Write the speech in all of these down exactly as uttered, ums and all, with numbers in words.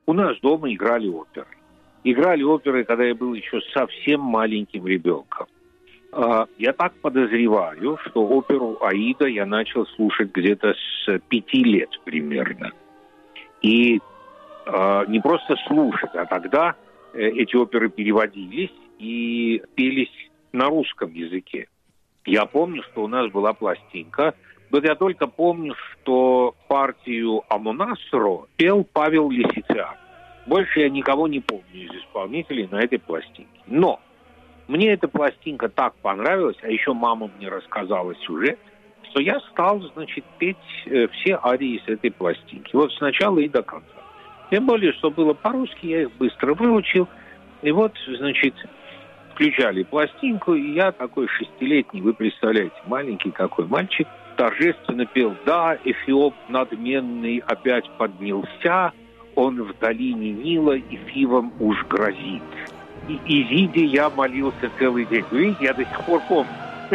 у нас дома играли оперы. Играли оперы, когда я был еще совсем маленьким ребенком. Я так подозреваю, что оперу «Аида» я начал слушать где-то с пяти лет примерно. И э, не просто слушать, а тогда э, эти оперы переводились и пелись на русском языке. Я помню, что у нас была пластинка. Вот я только помню, что партию «Амонасро» пел Павел Лисицян. Больше я никого не помню из исполнителей на этой пластинке. Но мне эта пластинка так понравилась, а еще мама мне рассказала сюжет, что я стал, значит, петь э, все арии с этой пластинки. Вот сначала и до конца. Тем более, что было по-русски, я их быстро выучил. И вот, значит, включали пластинку, и я такой шестилетний, вы представляете, маленький такой мальчик, торжественно пел: «Да, Эфиоп надменный опять поднялся, он в долине Нила и фивом уж грозит». И Изиде я молился целый день. Вы видите, я до сих пор помню.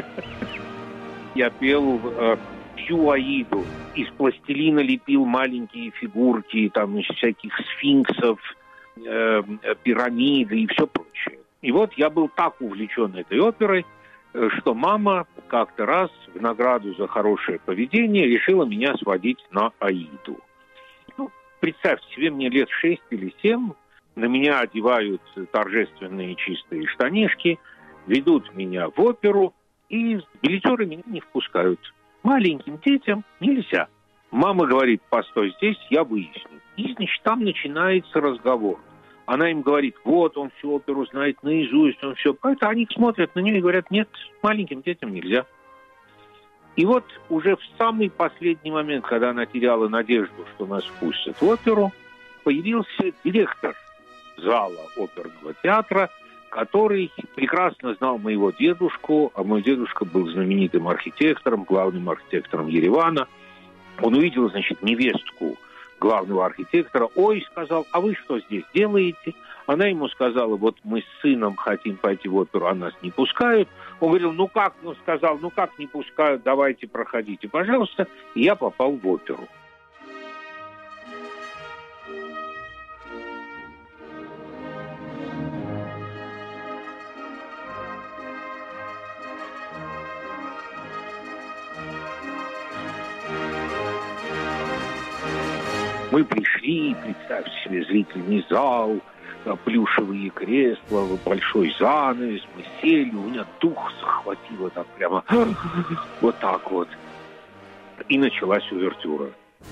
Я пел э, всю Аиду. Из пластилина лепил маленькие фигурки, там, значит, всяких сфинксов, э, пирамиды и все прочее. И вот я был так увлечен этой оперой, что мама как-то раз в награду за хорошее поведение решила меня сводить на Аиду. Ну, представьте себе, мне лет шесть или семь, на меня одевают торжественные чистые штанишки, ведут меня в оперу, и билетеры меня не впускают. Маленьким детям нельзя. Мама говорит: постой здесь, я выясню. И, значит, там начинается разговор. Она им говорит: вот, он всю оперу знает наизусть, он все. Поэтому они смотрят на нее и говорят: нет, маленьким детям нельзя. И вот уже в самый последний момент, когда она теряла надежду, что нас впустят в оперу, появился директор зала оперного театра, который прекрасно знал моего дедушку, а мой дедушка был знаменитым архитектором, главным архитектором Еревана. Он увидел, значит, невестку главного архитектора. «Ой, — сказал, — а вы что здесь делаете?» Она ему сказала: вот мы с сыном хотим пойти в оперу, а нас не пускают. Он говорил: ну как, ну сказал, ну как не пускают, давайте проходите, пожалуйста. И я попал в оперу. Мы пришли, представьте себе, зрительный зал, плюшевые кресла, большой занавес. Мы сели, у меня дух захватило так прямо, вот так вот. И началась увертюра.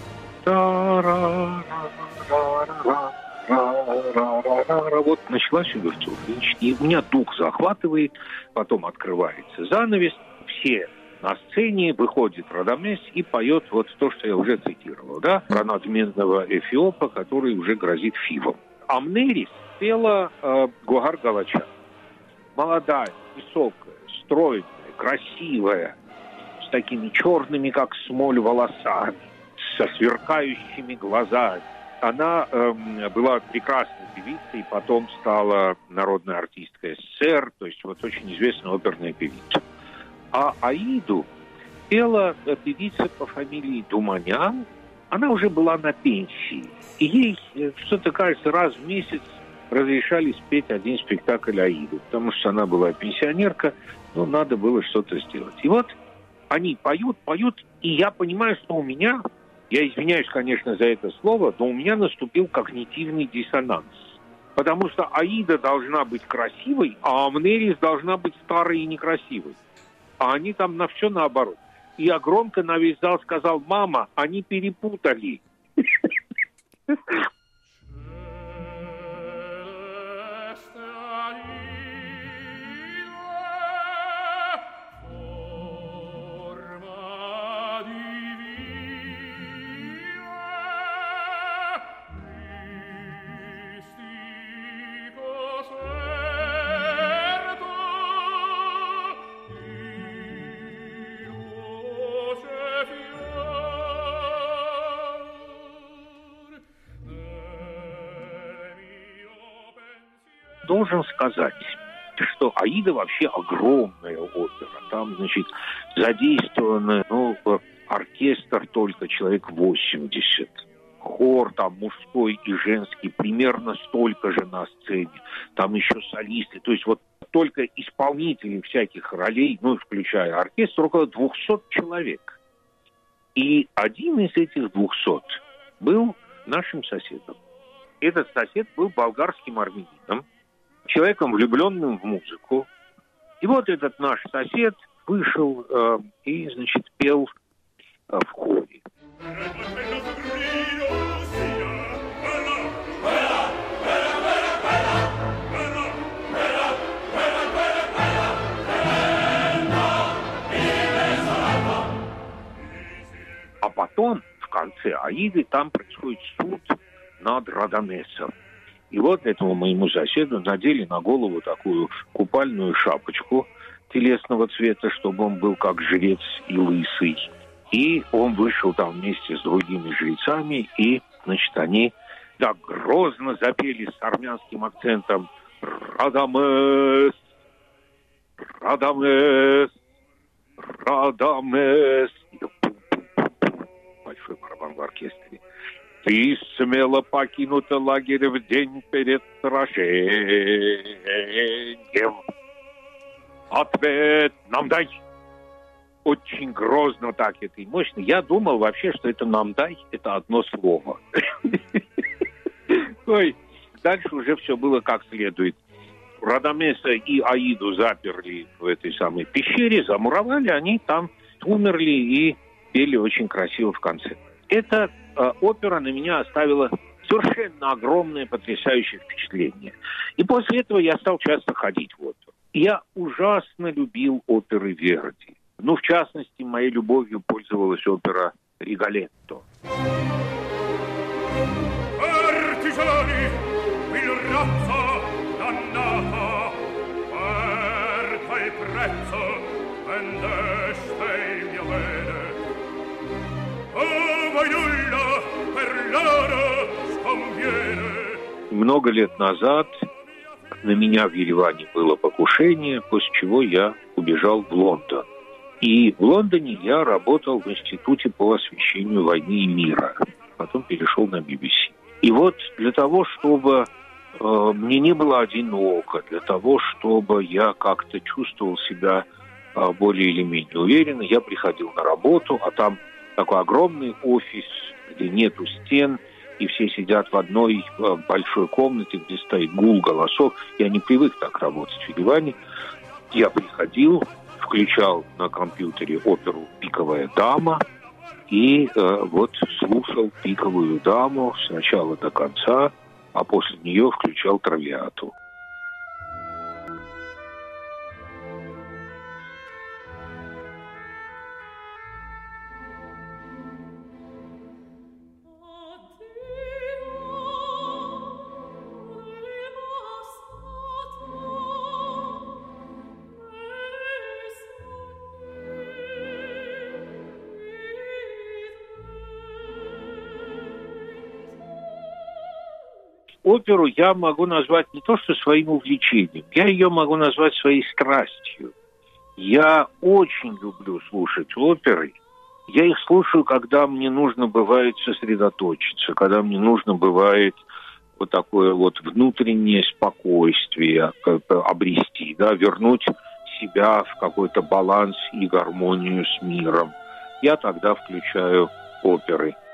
Вот началась увертюра. И у меня дух захватывает, потом открывается занавес, все на сцене, выходит Радамес и поет вот то, что я уже цитировал, да, про надменного Эфиопа, который уже грозит фивом. Амнерис пела э, Гогар Галача. Молодая, высокая, стройная, красивая, с такими черными, как смоль, волосами, со сверкающими глазами. Она э, была прекрасной певицей, потом стала народной артисткой СССР, то есть вот очень известная оперная певица. А Аиду пела певица по фамилии Думанян. Она уже была на пенсии. И ей, что-то кажется, раз в месяц разрешали спеть один спектакль Аиду. Потому что она была пенсионерка, но надо было что-то сделать. И вот они поют, поют, и я понимаю, что у меня, я извиняюсь, конечно, за это слово, но у меня наступил когнитивный диссонанс. Потому что Аида должна быть красивой, а Амнерис должна быть старой и некрасивой. А они там на все наоборот. И я громко на весь зал сказал: мама, они перепутали. Должен сказать, что Аида вообще огромная опера. Там, значит, задействован, ну, оркестр только человек восемьдесят. хор, там мужской и женский, примерно столько же на сцене. Там еще солисты. То есть вот только исполнителей всяких ролей, ну, включая оркестр, около двухсот человек. И один из этих двухсот был нашим соседом. Этот сосед был болгарским армянином, человеком, влюбленным в музыку. И вот этот наш сосед вышел э, и, значит, пел э, в хоре. А потом, в конце Аиды, там происходит суд над Радамесом. И вот этому моему соседу надели на голову такую купальную шапочку телесного цвета, чтобы он был как жрец и лысый. И он вышел там вместе с другими жрецами, и, значит, они так грозно запели с армянским акцентом «Радамес! Радамес! Радамес!» Большой барабан в оркестре. «Ты смело покинута лагерь в день перед сражением. Ответ нам дай!» Очень грозно так это и мощно. Я думал вообще, что это «нам дай» — это одно слово. Ой, дальше уже все было как следует. Радамеса и Аиду заперли в этой самой пещере, замуровали, они там умерли и пели очень красиво в конце. Эта э, опера на меня оставила совершенно огромное, потрясающее впечатление. И после этого я стал часто ходить в оперу. Я ужасно любил оперы Верди. Ну, в частности, моей любовью пользовалась опера «Риголетто». Много лет назад на меня в Ереване было покушение, после чего я убежал в Лондон. И в Лондоне я работал в Институте по освещению войны и мира. Потом перешел на би би си. И вот для того, чтобы э, мне не было одиноко, для того, чтобы я как-то чувствовал себя э, более или менее уверенно, я приходил на работу, а там такой огромный офис, где нету стен, и все сидят в одной э, большой комнате, где стоит гул голосов. Я не привык так работать в Ереване. Я приходил, включал на компьютере оперу «Пиковая дама» и э, вот слушал «Пиковую даму» с начала до конца, а после нее включал «Травиату». Оперу я могу назвать не то что своим увлечением, я ее могу назвать своей страстью. Я очень люблю слушать оперы. Я их слушаю, когда мне нужно бывает сосредоточиться, когда мне нужно бывает вот такое вот внутреннее спокойствие обрести, да, вернуть себя в какой-то баланс и гармонию с миром. Я тогда включаю оперы.